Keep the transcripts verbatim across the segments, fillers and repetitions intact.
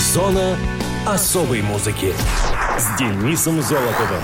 Зона особой музыки с Денисом Золотовым.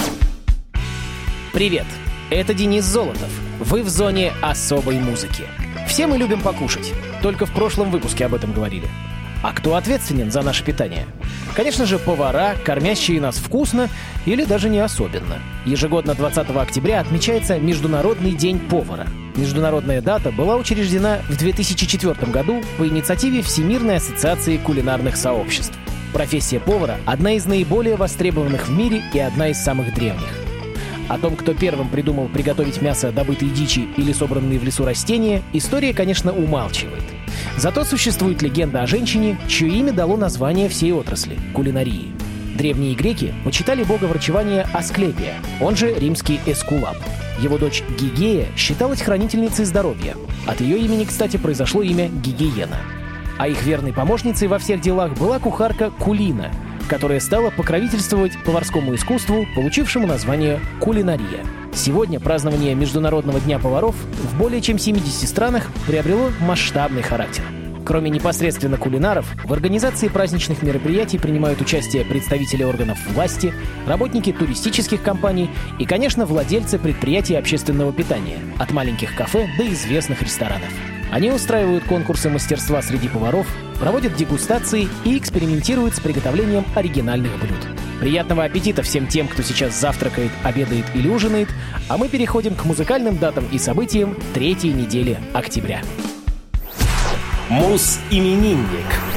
Привет, это Денис Золотов. Вы в зоне особой музыки. Все мы любим покушать. Только в прошлом выпуске об этом говорили. А кто ответственен за наше питание? Конечно же, повара, кормящие нас вкусно или даже не особенно. Ежегодно двадцатого октября отмечается Международный день повара. Международная дата была учреждена в две тысячи четвёртом году по инициативе Всемирной ассоциации кулинарных сообществ. Профессия повара – одна из наиболее востребованных в мире и одна из самых древних. О том, кто первым придумал приготовить мясо добытой дичи или собранные в лесу растения, история, конечно, умалчивает. Зато существует легенда о женщине, чье имя дало название всей отрасли – кулинарии. Древние греки почитали бога врачевания Асклепия, он же римский Эскулап. Его дочь Гигея считалась хранительницей здоровья. От ее имени, кстати, произошло имя Гигиена. А их верной помощницей во всех делах была кухарка Кулина, которая стала покровительствовать поварскому искусству, получившему название кулинария. Сегодня празднование Международного дня поваров в более чем семидесяти странах приобрело масштабный характер. Кроме непосредственно кулинаров, в организации праздничных мероприятий принимают участие представители органов власти, работники туристических компаний и, конечно, владельцы предприятий общественного питания, от маленьких кафе до известных ресторанов. Они устраивают конкурсы мастерства среди поваров, проводят дегустации и экспериментируют с приготовлением оригинальных блюд. Приятного аппетита всем тем, кто сейчас завтракает, обедает или ужинает, а мы переходим к музыкальным датам и событиям третьей недели октября. Мус-именинник.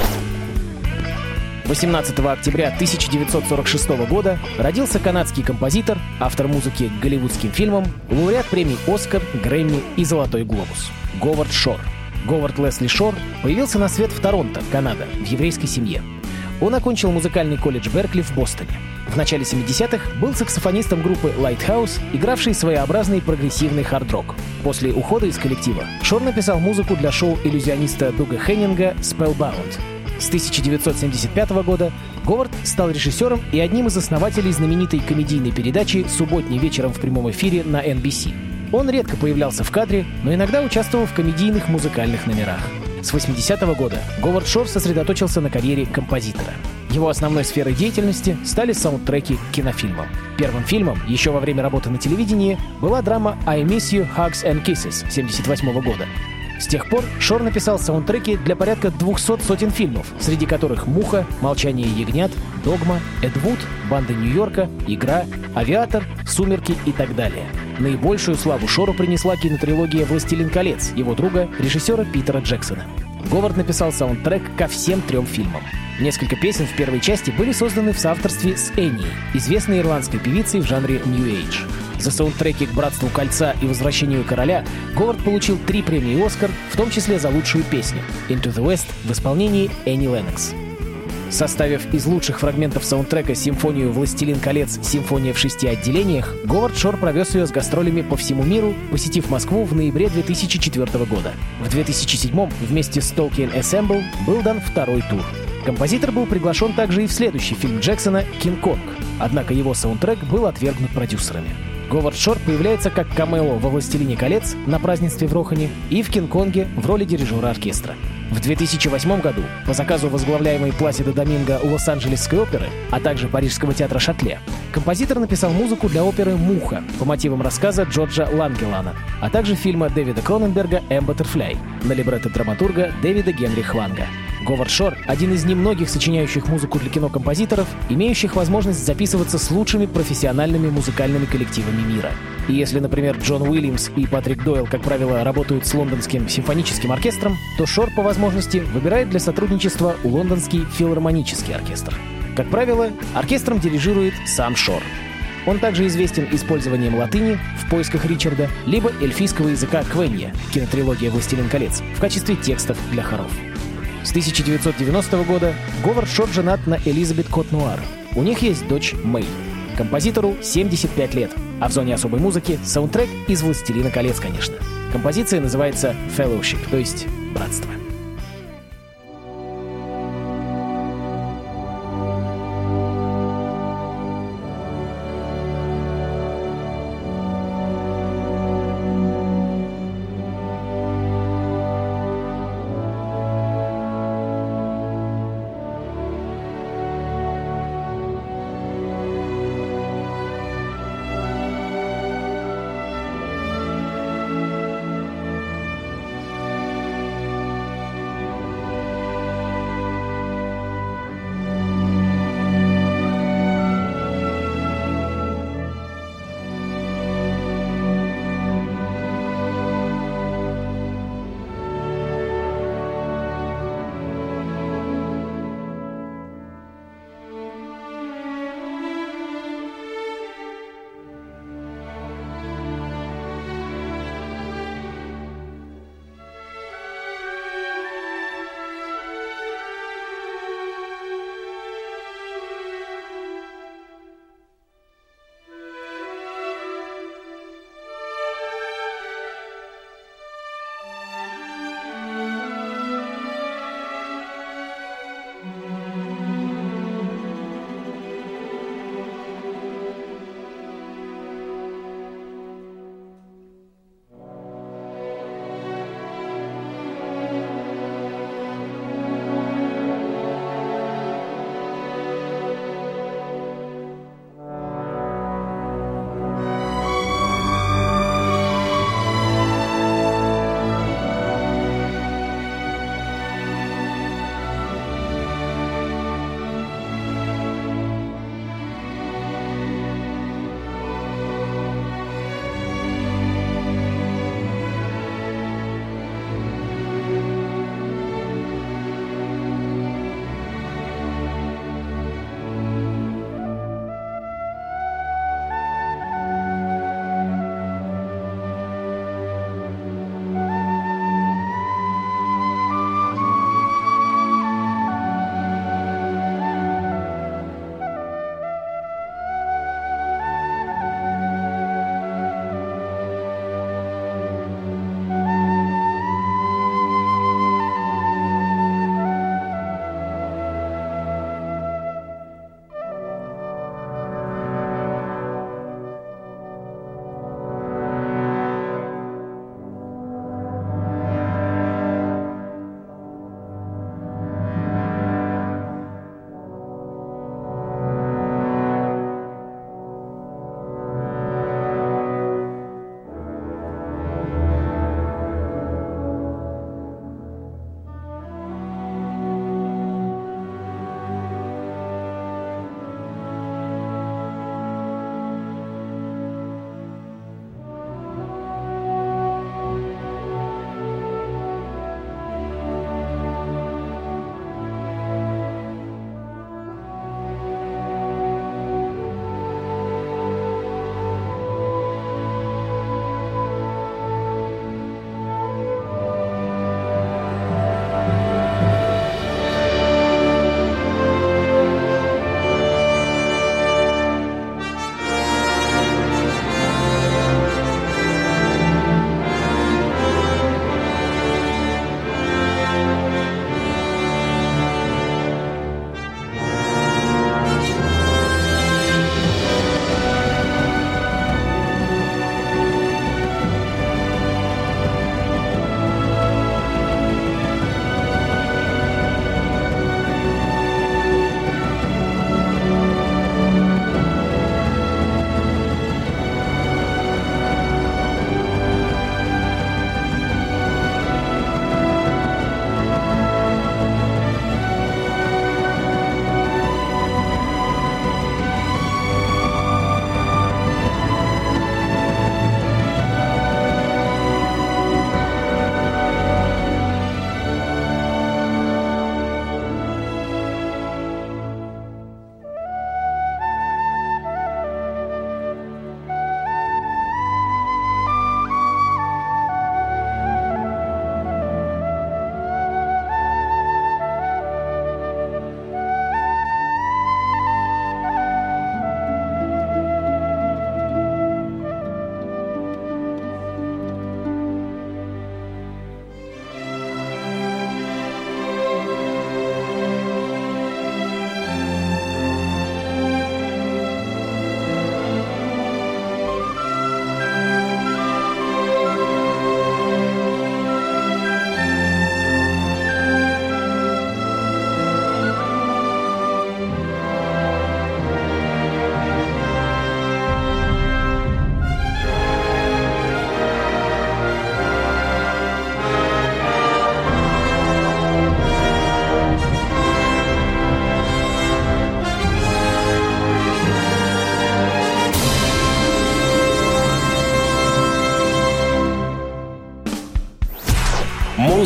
восемнадцатого октября тысяча девятьсот сорок шестого года родился канадский композитор, автор музыки к голливудским фильмам, лауреат премий «Оскар», «Грэмми» и «Золотой глобус» Говард Шор. Говард Лесли Шор появился на свет в Торонто, Канада, в еврейской семье. Он окончил музыкальный колледж Беркли в Бостоне. В начале семидесятых был саксофонистом группы Lighthouse, игравшей своеобразный прогрессивный хард-рок. После ухода из коллектива Шор написал музыку для шоу иллюзиониста Дуга Хеннинга «Spellbound». С тысяча девятьсот семьдесят пятого года Говард стал режиссером и одним из основателей знаменитой комедийной передачи «Субботний вечером в прямом эфире» на эн би си. Он редко появлялся в кадре, но иногда участвовал в комедийных музыкальных номерах. С восьмидесятого года Говард Шор сосредоточился на карьере композитора. Его основной сферой деятельности стали саундтреки к кинофильмам. Первым фильмом, еще во время работы на телевидении, была драма «I Miss You, Hugs and Kisses» семьдесят восьмого года. С тех пор Шор написал саундтреки для порядка двухсот сотен фильмов, среди которых «Муха», «Молчание ягнят», «Догма», «Эд Вуд», «Банды Нью-Йорка», «Игра», «Авиатор», «Сумерки» и так далее. Наибольшую славу Шору принесла кинотрилогия «Властелин колец» его друга, режиссера Питера Джексона. Говард написал саундтрек ко всем трем фильмам. Несколько песен в первой части были созданы в соавторстве с Энни, известной ирландской певицей в жанре New Age. За саундтреки к «Братству кольца» и «Возвращению короля» Говард получил три премии «Оскар», в том числе за лучшую песню «Into the West» в исполнении Энни Леннокс. Составив из лучших фрагментов саундтрека симфонию «Властелин колец. Симфония в шести отделениях», Говард Шор провез ее с гастролями по всему миру, посетив Москву в ноябре две тысячи четвёртого года. В две тысячи седьмом вместе с Tolkien Ensemble был дан второй тур. Композитор был приглашен также и в следующий фильм Джексона «Кинг-Конг», однако его саундтрек был отвергнут продюсерами. Говард Шор появляется как камео во «Властелине колец» на празднестве в Рохане и в «Кинг-Конге» в роли дирижера оркестра. В две тысячи восьмом году по заказу возглавляемой Пласидо Доминго Лос-Анджелесской оперы, а также Парижского театра Шатле, композитор написал музыку для оперы «Муха» по мотивам рассказа Джорджа Лангелана, а также фильма Дэвида Кроненберга «М. Баттерфляй» на либретто драматурга Дэвида Генри Хванга. Говард Шор — один из немногих сочиняющих музыку для кино композиторов, имеющих возможность записываться с лучшими профессиональными музыкальными коллективами мира. И если, например, Джон Уильямс и Патрик Дойл, как правило, работают с лондонским симфоническим оркестром, то Шор, по возможности, выбирает для сотрудничества лондонский филармонический оркестр. Как правило, оркестром дирижирует сам Шор. Он также известен использованием латыни в «Поисках Ричарда» либо эльфийского языка квенья, кинотрилогия «Властелин колец», в качестве текстов для хоров. С тысяча девятьсот девяностого года Говард Шор женат на Элизабет Кот-Нуар. У них есть дочь Мэй. Композитору семьдесят пять лет, а в зоне особой музыки саундтрек из «Властелина колец», конечно. Композиция называется «Fellowship», то есть «Братство».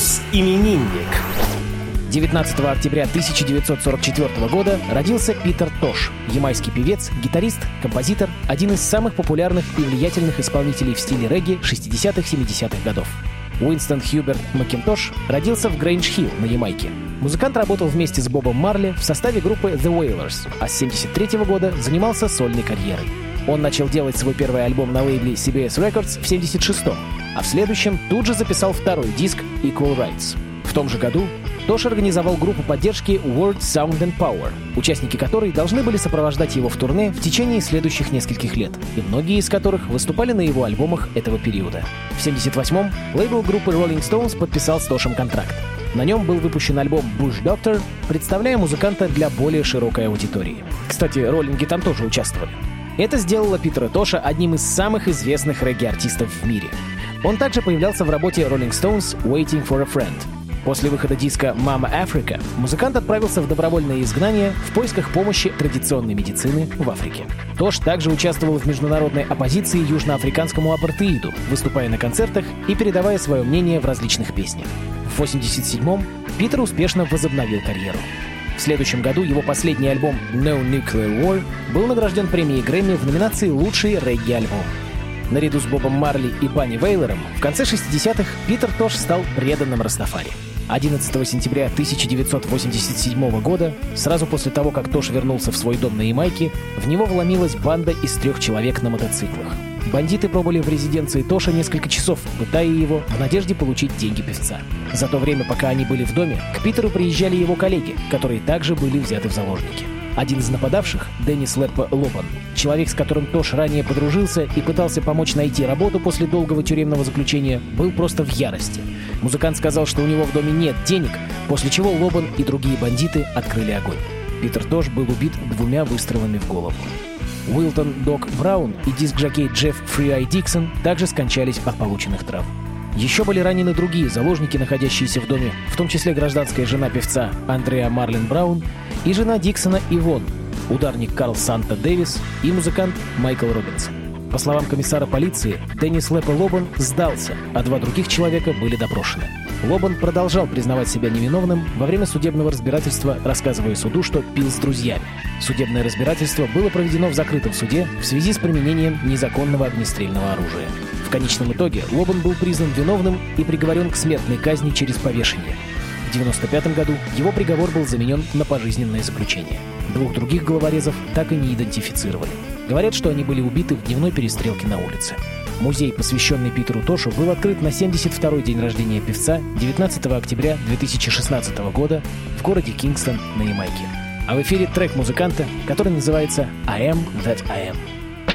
Иисус-именинник. девятнадцатого октября тысяча девятьсот сорок четвёртого года родился Питер Тош, ямайский певец, гитарист, композитор, один из самых популярных и влиятельных исполнителей в стиле регги шестидесятых-семидесятых годов. Уинстон Хьюберт Макинтош родился в Грейндж-Хилл на Ямайке. Музыкант работал вместе с Бобом Марли в составе группы The Wailers, а с семьдесят третьего года занимался сольной карьерой. Он начал делать свой первый альбом на лейбле си би эс Records в семьдесят шестом, а в следующем тут же записал второй диск Equal Rights. В том же году Тош организовал группу поддержки Word, Sound and Power, участники которой должны были сопровождать его в турне в течение следующих нескольких лет, и многие из которых выступали на его альбомах этого периода. В семьдесят восьмом лейбл группы Rolling Stones подписал с Тошем контракт. На нем был выпущен альбом Bush Doctor, представляя музыканта для более широкой аудитории. Кстати, роллинги там тоже участвовали. Это сделало Питера Тоша одним из самых известных регги-артистов в мире. Он также появлялся в работе Rolling Stones «Waiting for a Friend». После выхода диска «Mama Africa» музыкант отправился в добровольное изгнание в поисках помощи традиционной медицины в Африке. Тош также участвовал в международной оппозиции южноафриканскому апартеиду, выступая на концертах и передавая свое мнение в различных песнях. В восемьдесят седьмом Питер успешно возобновил карьеру. В следующем году его последний альбом «No Nuclear War» был награжден премией Грэмми в номинации «Лучший регги-альбом». Наряду с Бобом Марли и Банни Вейлером в конце шестидесятых Питер Тош стал преданным Растафари. одиннадцатого сентября тысяча девятьсот восемьдесят седьмого года, сразу после того, как Тош вернулся в свой дом на Ямайке, в него вломилась банда из трех человек на мотоциклах. Бандиты пробыли в резиденции Тоша несколько часов, пытая его в надежде получить деньги певца. За то время, пока они были в доме, к Питеру приезжали его коллеги, которые также были взяты в заложники. Один из нападавших, Деннис Леппо Лобан, человек, с которым Тош ранее подружился и пытался помочь найти работу после долгого тюремного заключения, был просто в ярости. Музыкант сказал, что у него в доме нет денег, после чего Лобан и другие бандиты открыли огонь. Питер Тош был убит двумя выстрелами в голову. Уилтон Док Браун и диск-жокей Джефф Фри-Ай Диксон также скончались от полученных травм. Еще были ранены другие заложники, находящиеся в доме, в том числе гражданская жена певца Андреа Марлин Браун и жена Диксона Ивон, ударник Карл Санта Дэвис и музыкант Майкл Робинсон. По словам комиссара полиции, Деннис Леппо Лобан сдался, а два других человека были допрошены. Лобан продолжал признавать себя невиновным во время судебного разбирательства, рассказывая суду, что пил с друзьями. Судебное разбирательство было проведено в закрытом суде в связи с применением незаконного огнестрельного оружия. В конечном итоге Лобан был признан виновным и приговорен к смертной казни через повешение. В девяносто пятом году его приговор был заменен на пожизненное заключение. Двух других головорезов так и не идентифицировали. Говорят, что они были убиты в дневной перестрелке на улице. Музей, посвященный Питеру Тошу, был открыт на семьдесят второй день рождения певца девятнадцатого октября две тысячи шестнадцатого года в городе Кингстон на Ямайке. А в эфире трек музыканта, который называется «I am that I am».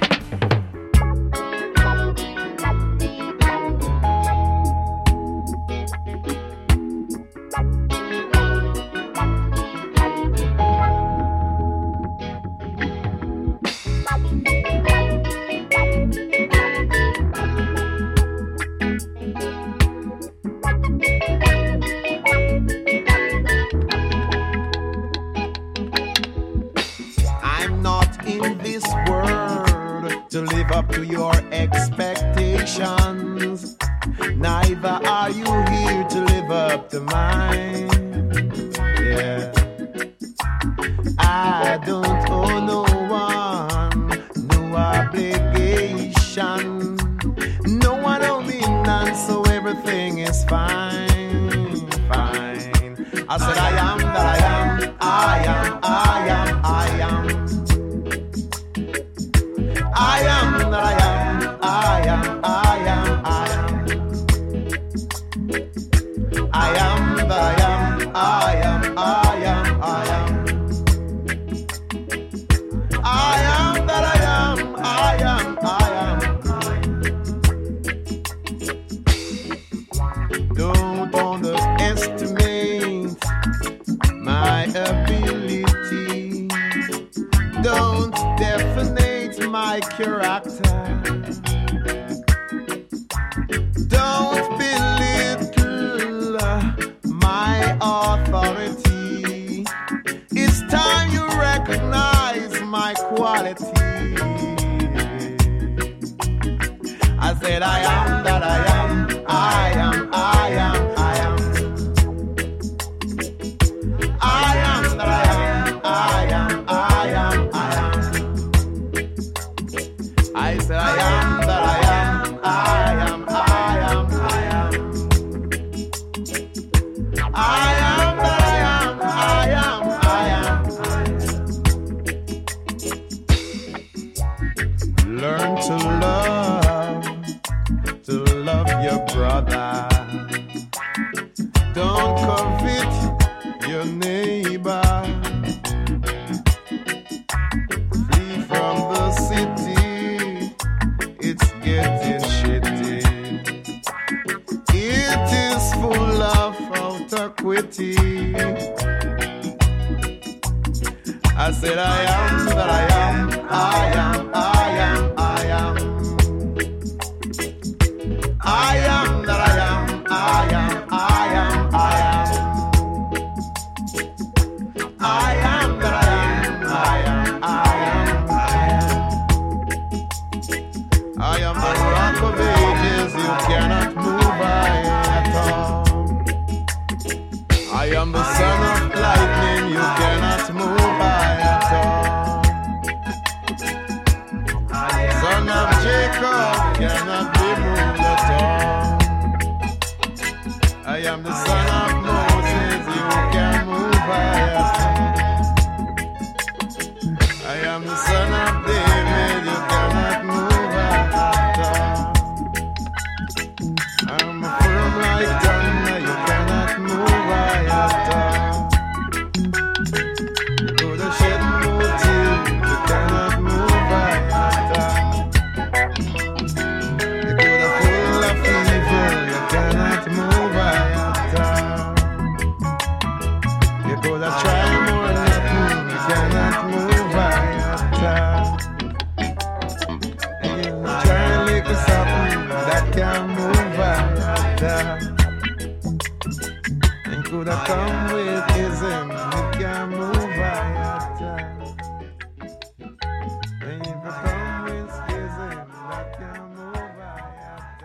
To live up to your expectations, neither are you here to live up to mine. Yeah, I don't owe no one, no obligation, no one owe me none, so everything is fine, fine. I said I am that I am, I am, I am, I am. I am that I am, I am, I am, I am. I am that I am, I am, I am, I am. I am that I am, I am, I am. Don't underestimate my ability. Don't definite my character. Don't belittle my authority. It's time you recognize my quality. I said I am that I am, I am, I am, I am. neighbor. Flee from the city, it's getting shitty. It is full of autoquity. I said I am that I am, I am, I am, I am. I am that I am, I am, I am, I am. I am that I am, I am, I am, I am. I am the rock of ages, you cannot move I at all. I am the son of lightning, you cannot move I at all. Son of Jacob cannot be moved at all. I am the son of Moses, you can move I at all. I am the son of David, you cannot move I at all. I am firm like thunder, you cannot move I at all. You could have shed more tears, you cannot move I at all. You could have full of evil, you cannot move I at all. You could have tried more nothing, you cannot move I at all. And you try to lick something that can move I at all. And could have come with ism, you can move I at all. And if you come with ism, that can move I at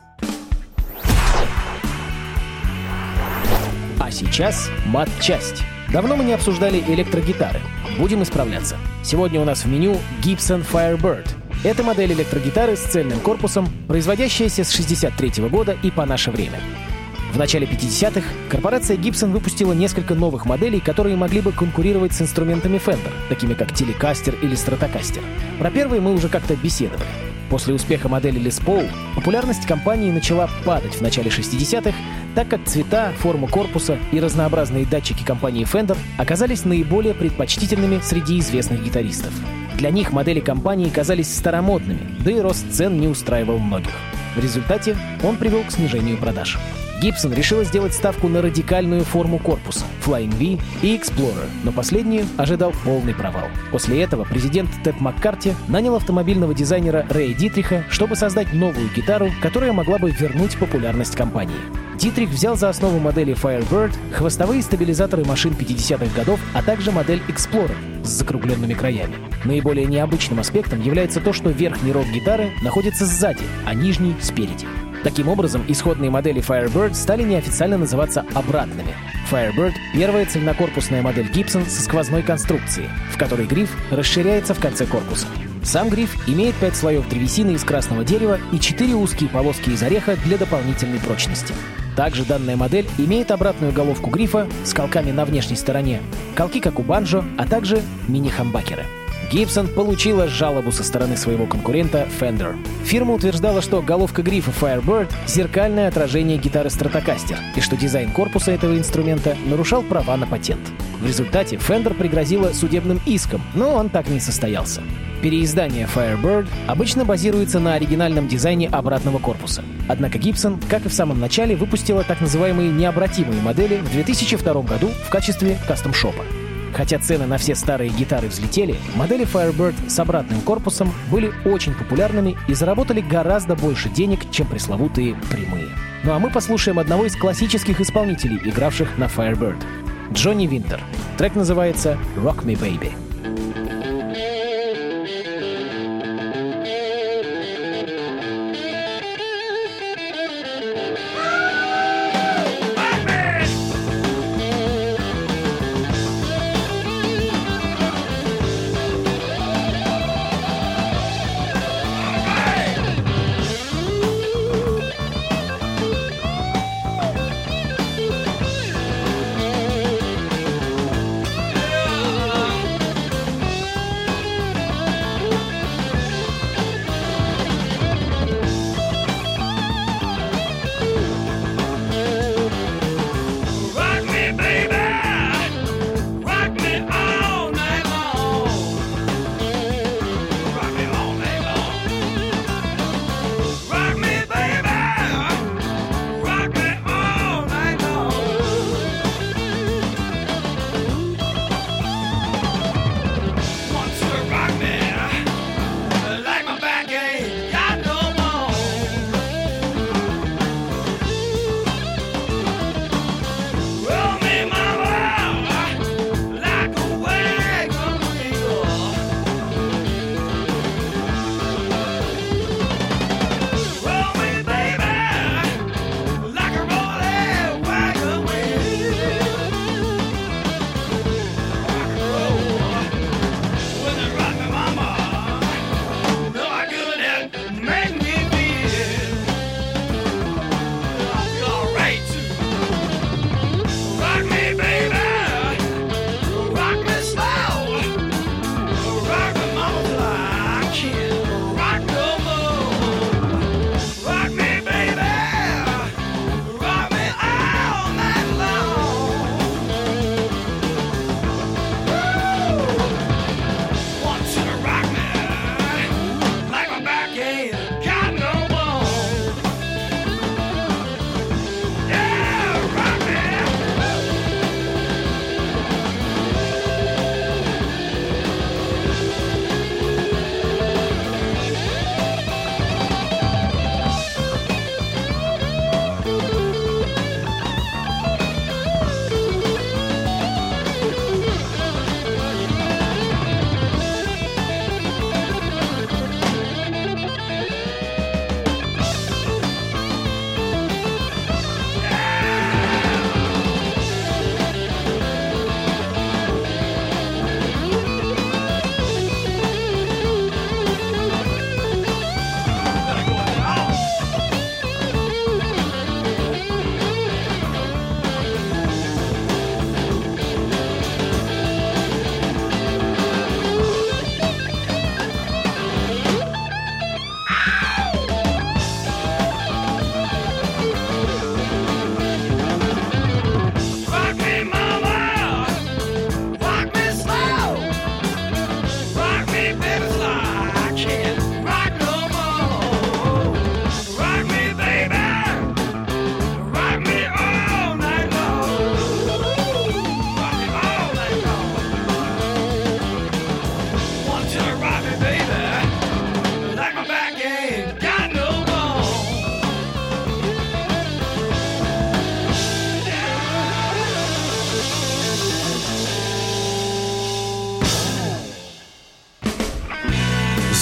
all. А сейчас мат-часть. Давно мы не обсуждали электрогитары. Будем исправляться. Сегодня у нас в меню Gibson Firebird. Это модель электрогитары с цельным корпусом, производящаяся с шестьдесят третьего года и по наше время. В начале пятидесятых корпорация Gibson выпустила несколько новых моделей, которые могли бы конкурировать с инструментами Fender, такими как Telecaster или Stratocaster. Про первые мы уже как-то беседовали. После успеха модели Les Paul популярность компании начала падать в начале шестидесятых, так как цвета, форма корпуса и разнообразные датчики компании Fender оказались наиболее предпочтительными среди известных гитаристов. Для них модели компании казались старомодными, да и рост цен не устраивал многих. В результате он привел к снижению продаж. Gibson решила сделать ставку на радикальную форму корпуса — Flying V и Explorer, но последнюю ожидал полный провал. После этого президент Тед Маккарти нанял автомобильного дизайнера Рэя Дитриха, чтобы создать новую гитару, которая могла бы вернуть популярность компании. Дитрих взял за основу модели Firebird хвостовые стабилизаторы машин пятидесятых годов, а также модель Explorer с закругленными краями. Наиболее необычным аспектом является то, что верхний рог гитары находится сзади, а нижний — спереди. Таким образом, исходные модели Firebird стали неофициально называться обратными. Firebird — первая цельнокорпусная модель Gibson со сквозной конструкцией, в которой гриф расширяется в конце корпуса. Сам гриф имеет пять слоев древесины из красного дерева и четыре узкие полоски из ореха для дополнительной прочности. Также данная модель имеет обратную головку грифа с колками на внешней стороне, колки как у банджо, а также мини-хамбакеры. Gibson получила жалобу со стороны своего конкурента Fender. Фирма утверждала, что головка грифа Firebird — зеркальное отражение гитары Stratocaster, и что дизайн корпуса этого инструмента нарушал права на патент. В результате Fender пригрозила судебным иском, но он так не состоялся. Переиздание Firebird обычно базируется на оригинальном дизайне обратного корпуса. Однако Gibson, как и в самом начале, выпустила так называемые необратимые модели в две тысячи втором году в качестве кастом-шопа. Хотя цены на все старые гитары взлетели, модели Firebird с обратным корпусом были очень популярными и заработали гораздо больше денег, чем пресловутые прямые. Ну а мы послушаем одного из классических исполнителей, игравших на Firebird — Джонни Винтер. Трек называется «Rock Me Baby».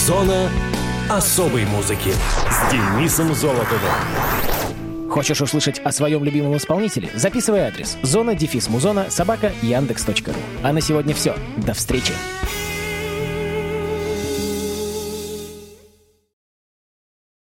Зона особой музыки с Денисом Золотовым. Хочешь услышать о своем любимом исполнителе? Записывай адрес: зона дефис музона собака яндекс точка ру. А на сегодня все. До встречи.